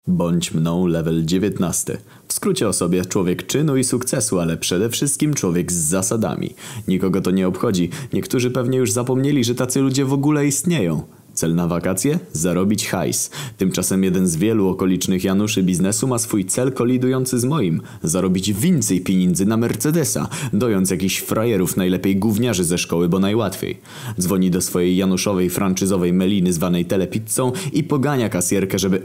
Bądź mną level 19. W skrócie o sobie człowiek czynu i sukcesu, ale przede wszystkim człowiek z zasadami. Nikogo to nie obchodzi. Niektórzy pewnie już zapomnieli, że tacy ludzie w ogóle istnieją. Cel na wakacje? Zarobić hajs. Tymczasem jeden z wielu okolicznych Januszy biznesu ma swój cel kolidujący z moim. Zarobić więcej pieniędzy na Mercedesa, dojąc jakichś frajerów, najlepiej gówniarzy ze szkoły, bo najłatwiej. Dzwoni do swojej Januszowej franczyzowej meliny zwanej Telepizzą i pogania kasjerkę, żeby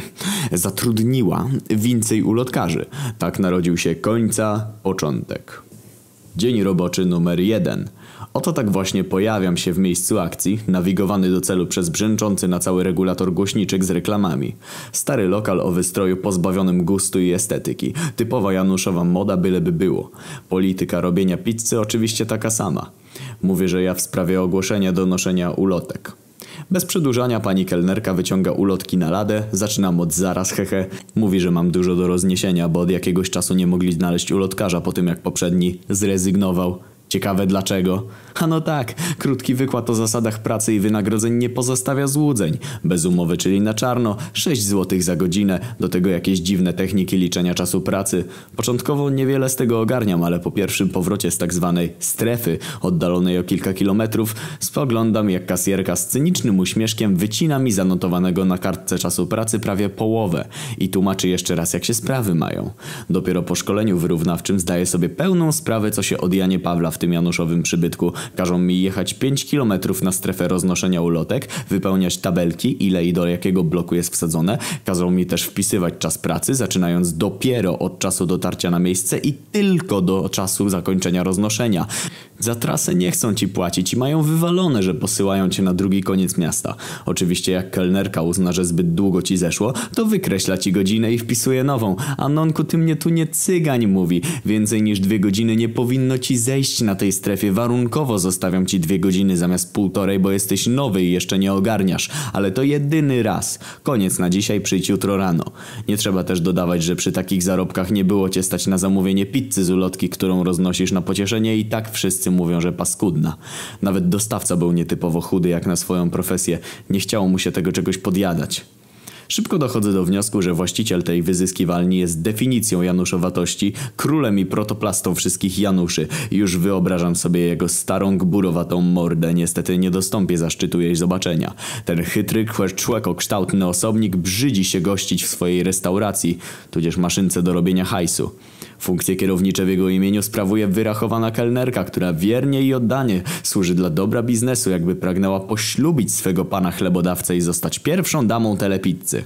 zatrudniła więcej ulotkarzy. Tak narodził się końca początek. Dzień roboczy numer 1. Oto tak właśnie pojawiam się w miejscu akcji, nawigowany do celu przez brzęczący na cały regulator głośniczek z reklamami. Stary lokal o wystroju pozbawionym gustu i estetyki. Typowa Januszowa moda byleby było. Polityka robienia pizzy oczywiście taka sama. Mówię, że ja w sprawie ogłoszenia do noszenia ulotek. Bez przedłużania pani kelnerka wyciąga ulotki na ladę, zaczynam od zaraz hehe. Mówi, że mam dużo do rozniesienia, bo od jakiegoś czasu nie mogli znaleźć ulotkarza po tym jak poprzedni zrezygnował. Ciekawe dlaczego? A no tak, krótki wykład o zasadach pracy i wynagrodzeń nie pozostawia złudzeń. Bez umowy, czyli na czarno, 6 zł za godzinę, do tego jakieś dziwne techniki liczenia czasu pracy. Początkowo niewiele z tego ogarniam, ale po pierwszym powrocie z tak zwanej strefy, oddalonej o kilka kilometrów, spoglądam jak kasjerka z cynicznym uśmieszkiem wycina mi zanotowanego na kartce czasu pracy prawie połowę i tłumaczy jeszcze raz jak się sprawy mają. Dopiero po szkoleniu wyrównawczym zdaję sobie pełną sprawę co się od Janie Pawla w tym januszowym przybytku. Każą mi jechać 5 km na strefę roznoszenia ulotek, wypełniać tabelki, ile i do jakiego bloku jest wsadzone. Każą mi też wpisywać czas pracy, zaczynając dopiero od czasu dotarcia na miejsce i tylko do czasu zakończenia roznoszenia. Za trasę nie chcą ci płacić i mają wywalone, że posyłają cię na drugi koniec miasta. Oczywiście jak kelnerka uzna, że zbyt długo ci zeszło, to wykreśla ci godzinę i wpisuje nową. A nonku, ty mnie tu nie cygań, mówi. Więcej niż 2 godziny nie powinno ci zejść na tej strefie. Warunkowo zostawiam ci 2 godziny zamiast 1,5, bo jesteś nowy i jeszcze nie ogarniasz. Ale to jedyny raz. Koniec na dzisiaj, przyjdź jutro rano. Nie trzeba też dodawać, że przy takich zarobkach nie było cię stać na zamówienie pizzy z ulotki, którą roznosisz na pocieszenie i tak wszyscy mówią, że paskudna. Nawet dostawca był nietypowo chudy jak na swoją profesję. Nie chciało mu się tego czegoś podjadać. Szybko dochodzę do wniosku, że właściciel tej wyzyskiwalni jest definicją januszowatości, królem i protoplastą wszystkich Januszy. Już wyobrażam sobie jego starą, gburowatą mordę. Niestety nie dostąpię zaszczytu jej zobaczenia. Ten chytry, człekokształtny osobnik brzydzi się gościć w swojej restauracji, tudzież maszynce do robienia hajsu. Funkcje kierownicze w jego imieniu sprawuje wyrachowana kelnerka, która wiernie i oddanie służy dla dobra biznesu, jakby pragnęła poślubić swego pana chlebodawcę i zostać pierwszą damą Telepizzy.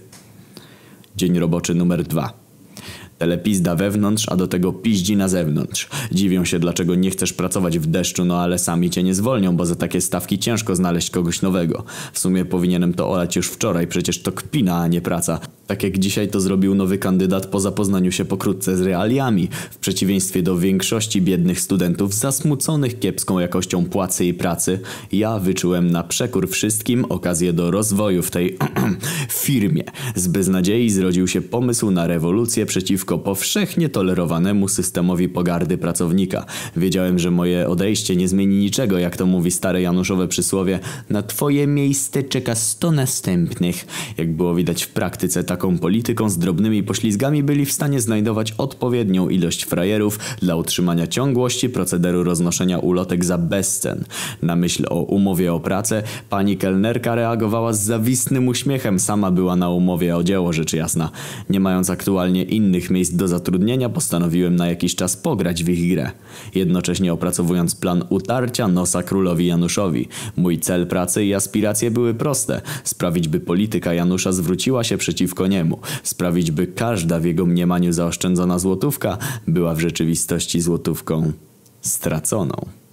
Dzień roboczy numer 2. Telepizda wewnątrz, a do tego piździ na zewnątrz. Dziwią się, dlaczego nie chcesz pracować w deszczu, no ale sami cię nie zwolnią, bo za takie stawki ciężko znaleźć kogoś nowego. W sumie powinienem to olać już wczoraj, przecież to kpina, a nie praca. Tak jak dzisiaj to zrobił nowy kandydat po zapoznaniu się pokrótce z realiami. W przeciwieństwie do większości biednych studentów zasmuconych kiepską jakością płacy i pracy, ja wyczułem na przekór wszystkim okazję do rozwoju w tej firmie. Z beznadziei zrodził się pomysł na rewolucję przeciwko powszechnie tolerowanemu systemowi pogardy pracownika. Wiedziałem, że moje odejście nie zmieni niczego, jak to mówi stare januszowe przysłowie. Na twoje miejsce czeka 100 następnych. Jak było widać w praktyce, taką polityką z drobnymi poślizgami byli w stanie znajdować odpowiednią ilość frajerów dla utrzymania ciągłości procederu roznoszenia ulotek za bezcen. Na myśl o umowie o pracę pani kelnerka reagowała z zawistnym uśmiechem. Sama była na umowie o dzieło, rzecz jasna. Nie mając aktualnie innych miejsc do zatrudnienia, postanowiłem na jakiś czas pograć w ich grę. Jednocześnie opracowując plan utarcia nosa królowi Januszowi. Mój cel pracy i aspiracje były proste. Sprawić, by polityka Janusza zwróciła się przeciwko niemu. Sprawić, by każda w jego mniemaniu zaoszczędzona złotówka była w rzeczywistości złotówką straconą.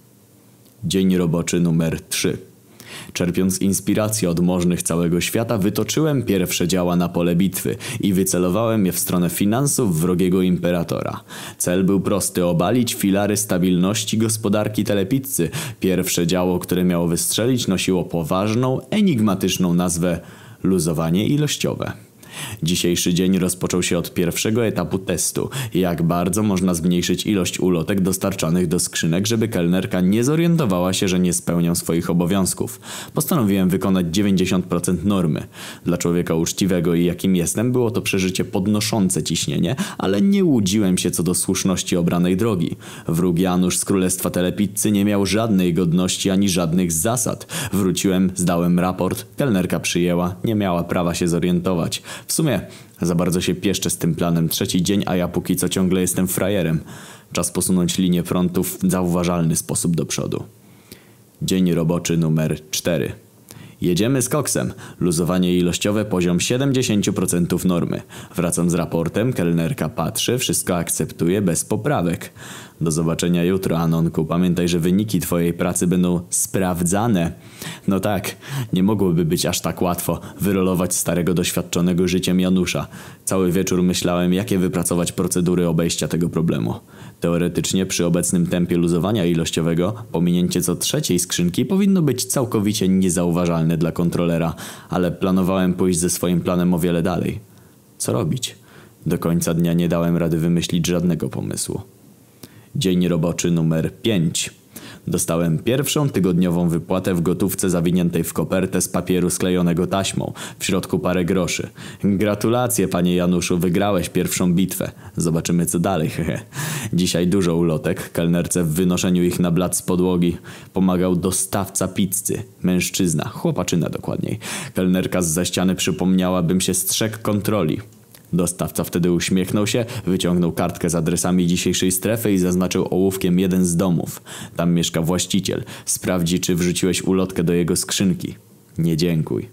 Dzień roboczy numer 3. Czerpiąc inspirację od możnych całego świata, wytoczyłem pierwsze działa na pole bitwy i wycelowałem je w stronę finansów wrogiego imperatora. Cel był prosty: obalić filary stabilności gospodarki Telepizzy. Pierwsze działo, które miało wystrzelić, nosiło poważną, enigmatyczną nazwę luzowanie ilościowe. Dzisiejszy dzień rozpoczął się od pierwszego etapu testu. Jak bardzo można zmniejszyć ilość ulotek dostarczanych do skrzynek, żeby kelnerka nie zorientowała się, że nie spełniam swoich obowiązków. Postanowiłem wykonać 90% normy. Dla człowieka uczciwego i jakim jestem było to przeżycie podnoszące ciśnienie, ale nie łudziłem się co do słuszności obranej drogi. Wróg Janusz z Królestwa Telepizzy nie miał żadnej godności ani żadnych zasad. Wróciłem, zdałem raport, kelnerka przyjęła, nie miała prawa się zorientować. W sumie za bardzo się pieszczę z tym planem. Trzeci dzień, a ja póki co ciągle jestem frajerem. Czas posunąć linię frontu w zauważalny sposób do przodu. Dzień roboczy numer 4. Jedziemy z koksem. Luzowanie ilościowe poziom 70% normy. Wracam z raportem, kelnerka patrzy, wszystko akceptuje bez poprawek. Do zobaczenia jutro, Anonku. Pamiętaj, że wyniki twojej pracy będą sprawdzane. No tak, nie mogłoby być aż tak łatwo wyrolować starego doświadczonego życiem Janusza. Cały wieczór myślałem, jakie wypracować procedury obejścia tego problemu. Teoretycznie przy obecnym tempie luzowania ilościowego pominięcie co trzeciej skrzynki powinno być całkowicie niezauważalne dla kontrolera, ale planowałem pójść ze swoim planem o wiele dalej. Co robić? Do końca dnia nie dałem rady wymyślić żadnego pomysłu. Dzień roboczy numer 5. Dostałem pierwszą tygodniową wypłatę w gotówce zawiniętej w kopertę z papieru sklejonego taśmą. W środku parę groszy. Gratulacje, panie Januszu, wygrałeś pierwszą bitwę. Zobaczymy co dalej, hehe. Dzisiaj dużo ulotek. Kelnerce w wynoszeniu ich na blat z podłogi pomagał dostawca pizzy. Mężczyzna, chłopaczyna dokładniej. Kelnerka zza ściany przypomniała, bym się strzegł kontroli. Dostawca wtedy uśmiechnął się, wyciągnął kartkę z adresami dzisiejszej strefy i zaznaczył ołówkiem jeden z domów. Tam mieszka właściciel. Sprawdzi, czy wrzuciłeś ulotkę do jego skrzynki. Nie dziękuj.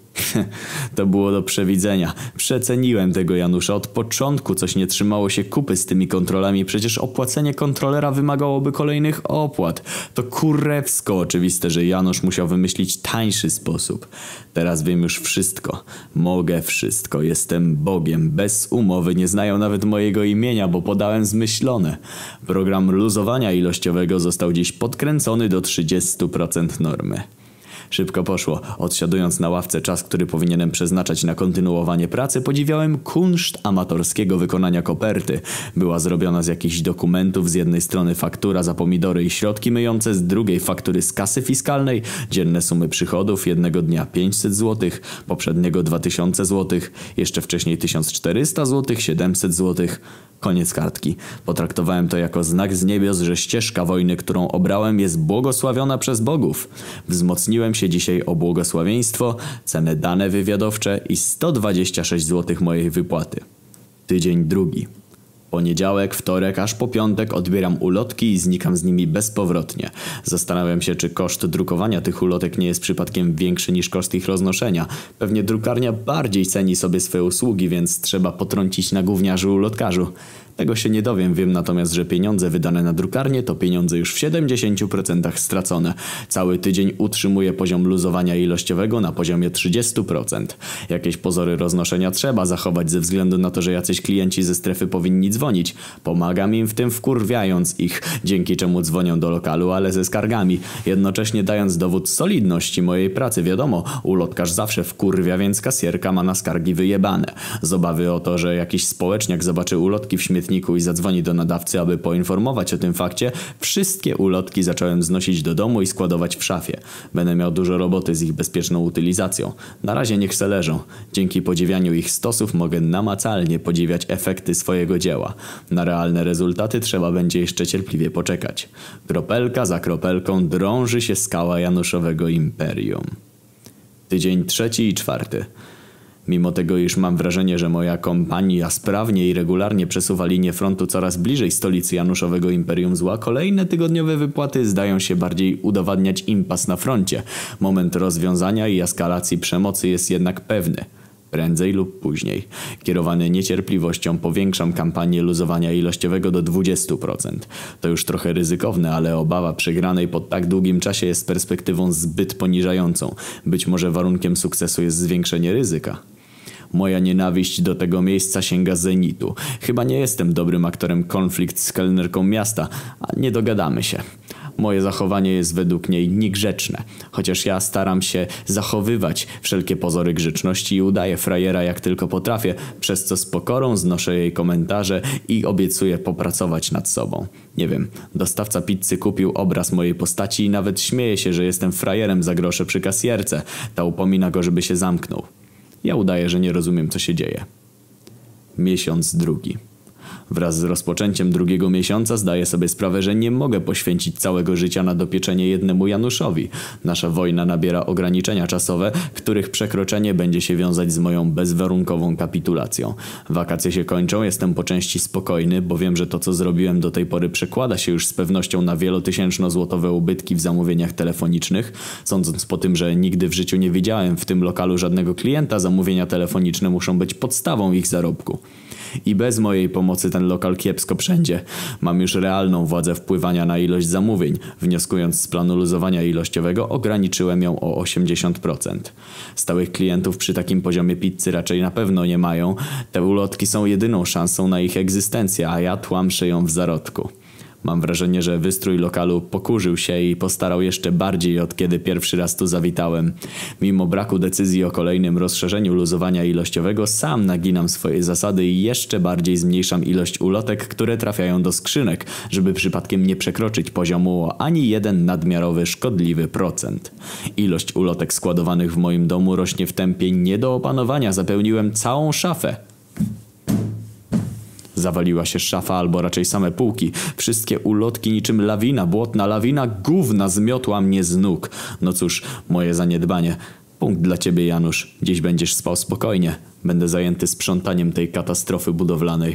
To było do przewidzenia. Przeceniłem tego Janusza. Od początku coś nie trzymało się kupy z tymi kontrolami. Przecież opłacenie kontrolera wymagałoby kolejnych opłat. To kurewsko oczywiste, że Janusz musiał wymyślić tańszy sposób. Teraz wiem już wszystko. Mogę wszystko. Jestem Bogiem. Bez umowy. Nie znają nawet mojego imienia, bo podałem zmyślone. Program luzowania ilościowego został dziś podkręcony do 30% normy. Szybko poszło. Odsiadując na ławce czas, który powinienem przeznaczać na kontynuowanie pracy, podziwiałem kunszt amatorskiego wykonania koperty. Była zrobiona z jakichś dokumentów, z jednej strony faktura za pomidory i środki myjące, z drugiej faktury z kasy fiskalnej, dzienne sumy przychodów, jednego dnia 500 zł, poprzedniego 2000 zł, jeszcze wcześniej 1400 zł, 700 zł. Koniec kartki. Potraktowałem to jako znak z niebios, że ścieżka wojny, którą obrałem, jest błogosławiona przez bogów. Wzmocniłem się dzisiaj o błogosławieństwo, cenę dane wywiadowcze i 126 zł mojej wypłaty. Tydzień drugi. Poniedziałek, wtorek, aż po piątek odbieram ulotki i znikam z nimi bezpowrotnie. Zastanawiam się, czy koszt drukowania tych ulotek nie jest przypadkiem większy niż koszt ich roznoszenia. Pewnie drukarnia bardziej ceni sobie swoje usługi, więc trzeba potrącić na gówniarzu ulotkarzu. Tego się nie dowiem, wiem natomiast, że pieniądze wydane na drukarnię to pieniądze już w 70% stracone. Cały tydzień utrzymuję poziom luzowania ilościowego na poziomie 30%. Jakieś pozory roznoszenia trzeba zachować ze względu na to, że jacyś klienci ze strefy powinni dzwonić. Pomagam im w tym wkurwiając ich, dzięki czemu dzwonią do lokalu, ale ze skargami. Jednocześnie dając dowód solidności mojej pracy. Wiadomo, ulotkarz zawsze wkurwia, więc kasjerka ma na skargi wyjebane. Z obawy o to, że jakiś społeczniak zobaczy ulotki w śmietniku i zadzwoni do nadawcy, aby poinformować o tym fakcie, wszystkie ulotki zacząłem znosić do domu i składować w szafie. Będę miał dużo roboty z ich bezpieczną utylizacją. Na razie niech se leżą. Dzięki podziwianiu ich stosów mogę namacalnie podziwiać efekty swojego dzieła. Na realne rezultaty trzeba będzie jeszcze cierpliwie poczekać. Kropelka za kropelką drąży się skała Januszowego imperium. Tydzień trzeci i czwarty. Mimo tego, iż mam wrażenie, że moja kompania sprawnie i regularnie przesuwa linię frontu coraz bliżej stolicy Januszowego Imperium Zła, kolejne tygodniowe wypłaty zdają się bardziej udowadniać impas na froncie. Moment rozwiązania i eskalacji przemocy jest jednak pewny. Prędzej lub później. Kierowany niecierpliwością powiększam kampanię luzowania ilościowego do 20%. To już trochę ryzykowne, ale obawa przegranej po tak długim czasie jest perspektywą zbyt poniżającą. Być może warunkiem sukcesu jest zwiększenie ryzyka. Moja nienawiść do tego miejsca sięga zenitu. Chyba nie jestem dobrym aktorem konflikt z kelnerką miasta, a nie dogadamy się. Moje zachowanie jest według niej niegrzeczne, chociaż ja staram się zachowywać wszelkie pozory grzeczności i udaję frajera jak tylko potrafię, przez co z pokorą znoszę jej komentarze i obiecuję popracować nad sobą. Nie wiem, dostawca pizzy kupił obraz mojej postaci i nawet śmieje się, że jestem frajerem za grosze przy kasjerce. Ta upomina go, żeby się zamknął. Ja udaję, że nie rozumiem, co się dzieje. Miesiąc drugi. Wraz z rozpoczęciem drugiego miesiąca zdaję sobie sprawę, że nie mogę poświęcić całego życia na dopieczenie jednemu Januszowi. Nasza wojna nabiera ograniczenia czasowe, których przekroczenie będzie się wiązać z moją bezwarunkową kapitulacją. Wakacje się kończą, jestem po części spokojny, bo wiem, że to, co zrobiłem do tej pory, przekłada się już z pewnością na wielotysięczno-złotowe ubytki w zamówieniach telefonicznych. Sądząc po tym, że nigdy w życiu nie widziałem w tym lokalu żadnego klienta, zamówienia telefoniczne muszą być podstawą ich zarobku. I bez mojej pomocy ten lokal kiepsko przędzie. Mam już realną władzę wpływania na ilość zamówień. Wnioskując z planu luzowania ilościowego, ograniczyłem ją o 80%. Stałych klientów przy takim poziomie pizzy raczej na pewno nie mają. Te ulotki są jedyną szansą na ich egzystencję, a ja tłamszę ją w zarodku. Mam wrażenie, że wystrój lokalu pokurzył się i postarał jeszcze bardziej, od kiedy pierwszy raz tu zawitałem. Mimo braku decyzji o kolejnym rozszerzeniu luzowania ilościowego, sam naginam swoje zasady i jeszcze bardziej zmniejszam ilość ulotek, które trafiają do skrzynek, żeby przypadkiem nie przekroczyć poziomu o ani jeden nadmiarowy, szkodliwy procent. Ilość ulotek składowanych w moim domu rośnie w tempie nie do opanowania. Zapełniłem całą szafę. Zawaliła się szafa, albo raczej same półki. Wszystkie ulotki niczym lawina, błotna lawina gówna zmiotła mnie z nóg. No cóż, moje zaniedbanie. Punkt dla ciebie, Janusz. Dziś będziesz spał spokojnie. Będę zajęty sprzątaniem tej katastrofy budowlanej.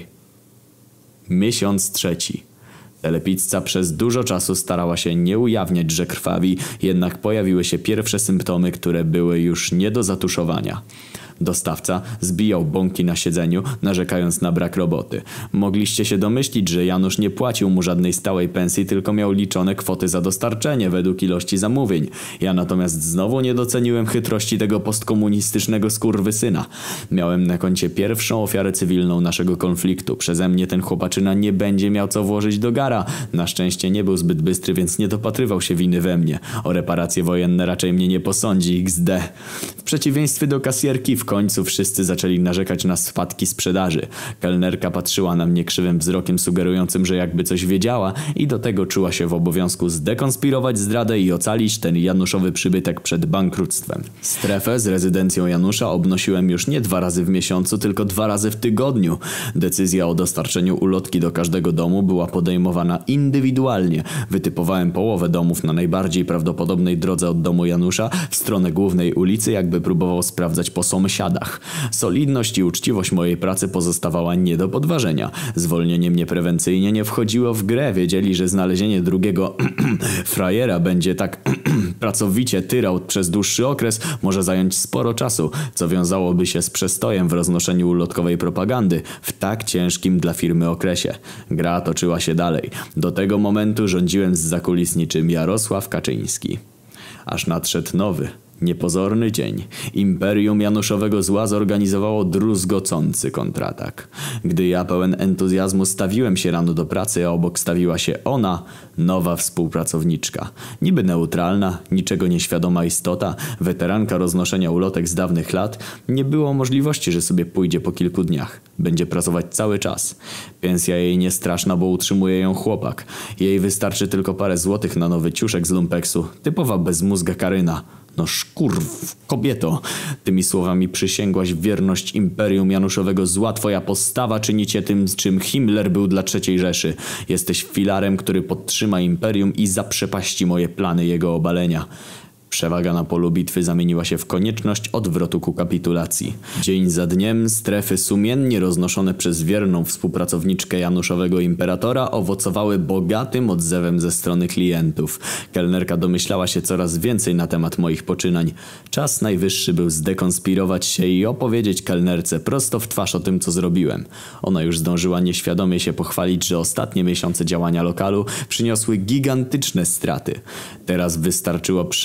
Miesiąc trzeci. Telepizza przez dużo czasu starała się nie ujawniać, że krwawi, jednak pojawiły się pierwsze symptomy, które były już nie do zatuszowania. Dostawca zbijał bąki na siedzeniu, narzekając na brak roboty. Mogliście się domyślić, że Janusz nie płacił mu żadnej stałej pensji, tylko miał liczone kwoty za dostarczenie według ilości zamówień. Ja natomiast znowu nie doceniłem chytrości tego postkomunistycznego skurwysyna. Miałem na koncie pierwszą ofiarę cywilną naszego konfliktu. Przeze mnie ten chłopaczyna nie będzie miał co włożyć do gara. Na szczęście nie był zbyt bystry, więc nie dopatrywał się winy we mnie. O reparacje wojenne raczej mnie nie posądzi, XD. W przeciwieństwie do kasjerki, w końcu wszyscy zaczęli narzekać na spadki sprzedaży. Kelnerka patrzyła na mnie krzywym wzrokiem sugerującym, że jakby coś wiedziała i do tego czuła się w obowiązku zdekonspirować zdradę i ocalić ten Januszowy przybytek przed bankructwem. Strefę z rezydencją Janusza obnosiłem już nie 2 razy w miesiącu, tylko 2 razy w tygodniu. Decyzja o dostarczeniu ulotki do każdego domu była podejmowana indywidualnie. Wytypowałem połowę domów na najbardziej prawdopodobnej drodze od domu Janusza w stronę głównej ulicy, jakby próbował sprawdzać po sąsiadach. Solidność i uczciwość mojej pracy pozostawała nie do podważenia. Zwolnienie mnie prewencyjnie nie wchodziło w grę. Wiedzieli, że znalezienie drugiego frajera będzie tak pracowicie tyrał przez dłuższy okres może zająć sporo czasu, co wiązałoby się z przestojem w roznoszeniu ulotkowej propagandy w tak ciężkim dla firmy okresie. Gra toczyła się dalej. Do tego momentu rządziłem z zakulis niczym Jarosław Kaczyński. Aż nadszedł nowy, niepozorny dzień. Imperium Januszowego Zła zorganizowało druzgocący kontratak. Gdy ja pełen entuzjazmu stawiłem się rano do pracy, a obok stawiła się ona, nowa współpracowniczka. Niby neutralna, niczego nieświadoma istota, weteranka roznoszenia ulotek z dawnych lat, nie było możliwości, że sobie pójdzie po kilku dniach. Będzie pracować cały czas. Pensja jej nie straszna, bo utrzymuje ją chłopak. Jej wystarczy tylko parę złotych na nowy ciuszek z lumpeksu. Typowa bezmózga Karyna. No szkurw, kobieto, tymi słowami przysięgłaś wierność Imperium Januszowego Zła. Twoja postawa czyni cię tym, czym Himmler był dla III Rzeszy. Jesteś filarem, który podtrzyma Imperium i zaprzepaści moje plany jego obalenia. Przewaga na polu bitwy zamieniła się w konieczność odwrotu ku kapitulacji. Dzień za dniem strefy sumiennie roznoszone przez wierną współpracowniczkę Januszowego Imperatora owocowały bogatym odzewem ze strony klientów. Kelnerka domyślała się coraz więcej na temat moich poczynań. Czas najwyższy był zdekonspirować się i opowiedzieć kelnerce prosto w twarz o tym, co zrobiłem. Ona już zdążyła nieświadomie się pochwalić, że ostatnie miesiące działania lokalu przyniosły gigantyczne straty. Teraz wystarczyło przejąć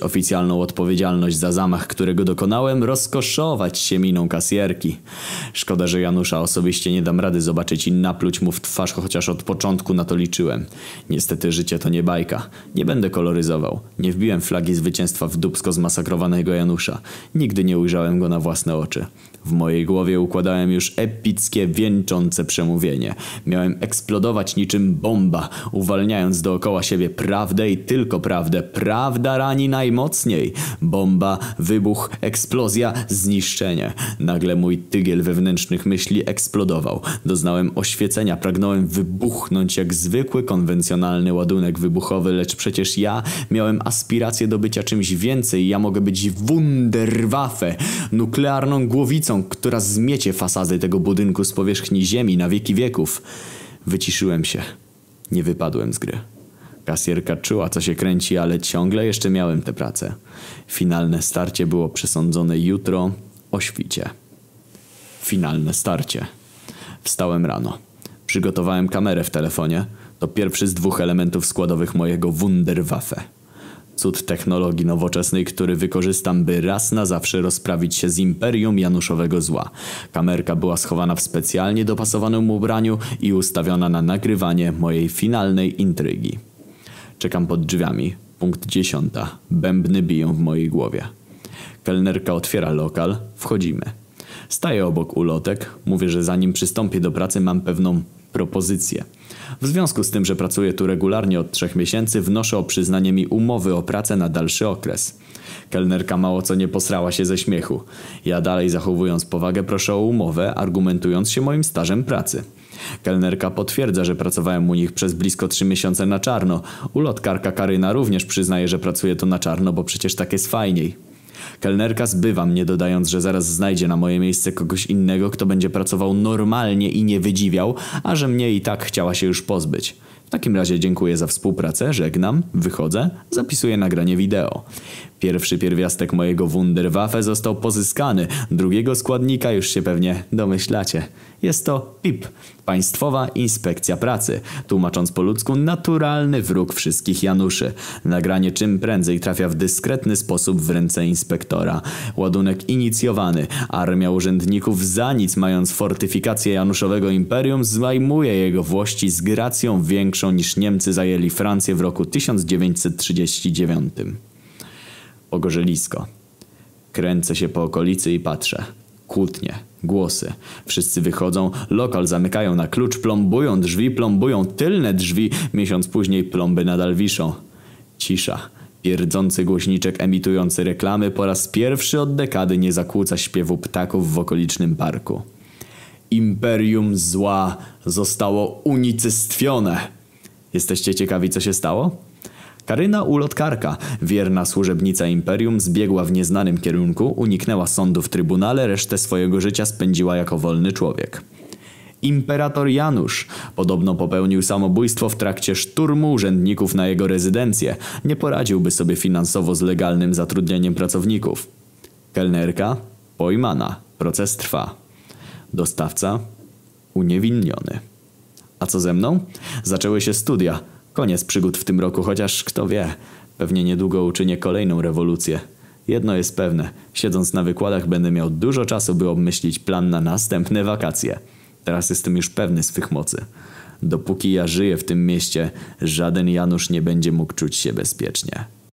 oficjalną odpowiedzialność za zamach, którego dokonałem, rozkoszować się miną kasjerki. Szkoda, że Janusza osobiście nie dam rady zobaczyć i napluć mu w twarz, chociaż od początku na to liczyłem. Niestety życie to nie bajka. Nie będę koloryzował. Nie wbiłem flagi zwycięstwa w dupsko zmasakrowanego Janusza. Nigdy nie ujrzałem go na własne oczy. W mojej głowie układałem już epickie, wieńczące przemówienie. Miałem eksplodować niczym bomba, uwalniając dookoła siebie prawdę i tylko prawdę. Prawda rani najmocniej. Bomba, wybuch, eksplozja, zniszczenie. Nagle mój tygiel wewnętrznych myśli eksplodował. Doznałem oświecenia, pragnąłem wybuchnąć jak zwykły, konwencjonalny ładunek wybuchowy, lecz przecież ja miałem aspirację do bycia czymś więcej. Ja mogę być Wunderwaffe, nuklearną głowicą, która zmiecie fasady tego budynku z powierzchni ziemi na wieki wieków. Wyciszyłem się. Nie wypadłem z gry. Kasjerka czuła, co się kręci, ale ciągle jeszcze miałem tę pracę. Finalne starcie było przesądzone jutro o świcie. Finalne starcie. Wstałem rano. Przygotowałem kamerę w telefonie. To pierwszy z 2 elementów składowych mojego Wunderwaffe. Cud technologii nowoczesnej, który wykorzystam, by raz na zawsze rozprawić się z imperium januszowego zła. Kamerka była schowana w specjalnie dopasowanym ubraniu i ustawiona na nagrywanie mojej finalnej intrygi. Czekam pod drzwiami. Punkt 10. Bębny biją w mojej głowie. Kelnerka otwiera lokal. Wchodzimy. Staję obok ulotek. Mówię, że zanim przystąpię do pracy, mam pewną propozycję. W związku z tym, że pracuję tu regularnie od 3 miesięcy, wnoszę o przyznanie mi umowy o pracę na dalszy okres. Kelnerka mało co nie posrała się ze śmiechu. Ja dalej, zachowując powagę, proszę o umowę, argumentując się moim stażem pracy. Kelnerka potwierdza, że pracowałem u nich przez blisko 3 miesiące na czarno. Ulotkarka Karyna również przyznaje, że pracuje tu na czarno, bo przecież tak jest fajniej. Kelnerka zbywa mnie, dodając, że zaraz znajdzie na moje miejsce kogoś innego, kto będzie pracował normalnie i nie wydziwiał, a że mnie i tak chciała się już pozbyć. W takim razie dziękuję za współpracę, żegnam, wychodzę, zapisuję nagranie wideo. Pierwszy pierwiastek mojego Wunderwaffe został pozyskany, drugiego składnika już się pewnie domyślacie. Jest to PIP, Państwowa Inspekcja Pracy, tłumacząc po ludzku naturalny wróg wszystkich Januszy. Nagranie czym prędzej trafia w dyskretny sposób w ręce inspektora. Ładunek inicjowany, armia urzędników za nic mając fortyfikację Januszowego Imperium zajmuje jego włości z gracją większą niż Niemcy zajęli Francję w roku 1939. Pogorzelisko. Kręcę się po okolicy i patrzę. Kłótnie, głosy. Wszyscy wychodzą, lokal zamykają na klucz, plombują drzwi, plombują tylne drzwi. Miesiąc później plomby nadal wiszą. Cisza. Pierdzący głośniczek emitujący reklamy po raz pierwszy od dekady nie zakłóca śpiewu ptaków w okolicznym parku. Imperium zła zostało unicestwione. Jesteście ciekawi, co się stało? Karyna ulotkarka, wierna służebnica imperium, zbiegła w nieznanym kierunku, uniknęła sądu w trybunale, resztę swojego życia spędziła jako wolny człowiek. Imperator Janusz podobno popełnił samobójstwo w trakcie szturmu urzędników na jego rezydencję. Nie poradziłby sobie finansowo z legalnym zatrudnieniem pracowników. Kelnerka pojmana. Proces trwa. Dostawca uniewinniony. A co ze mną? Zaczęły się studia. Koniec przygód w tym roku, chociaż kto wie, pewnie niedługo uczynię kolejną rewolucję. Jedno jest pewne, siedząc na wykładach będę miał dużo czasu, by obmyślić plan na następne wakacje. Teraz jestem już pewny swych mocy. Dopóki ja żyję w tym mieście, żaden Janusz nie będzie mógł czuć się bezpiecznie.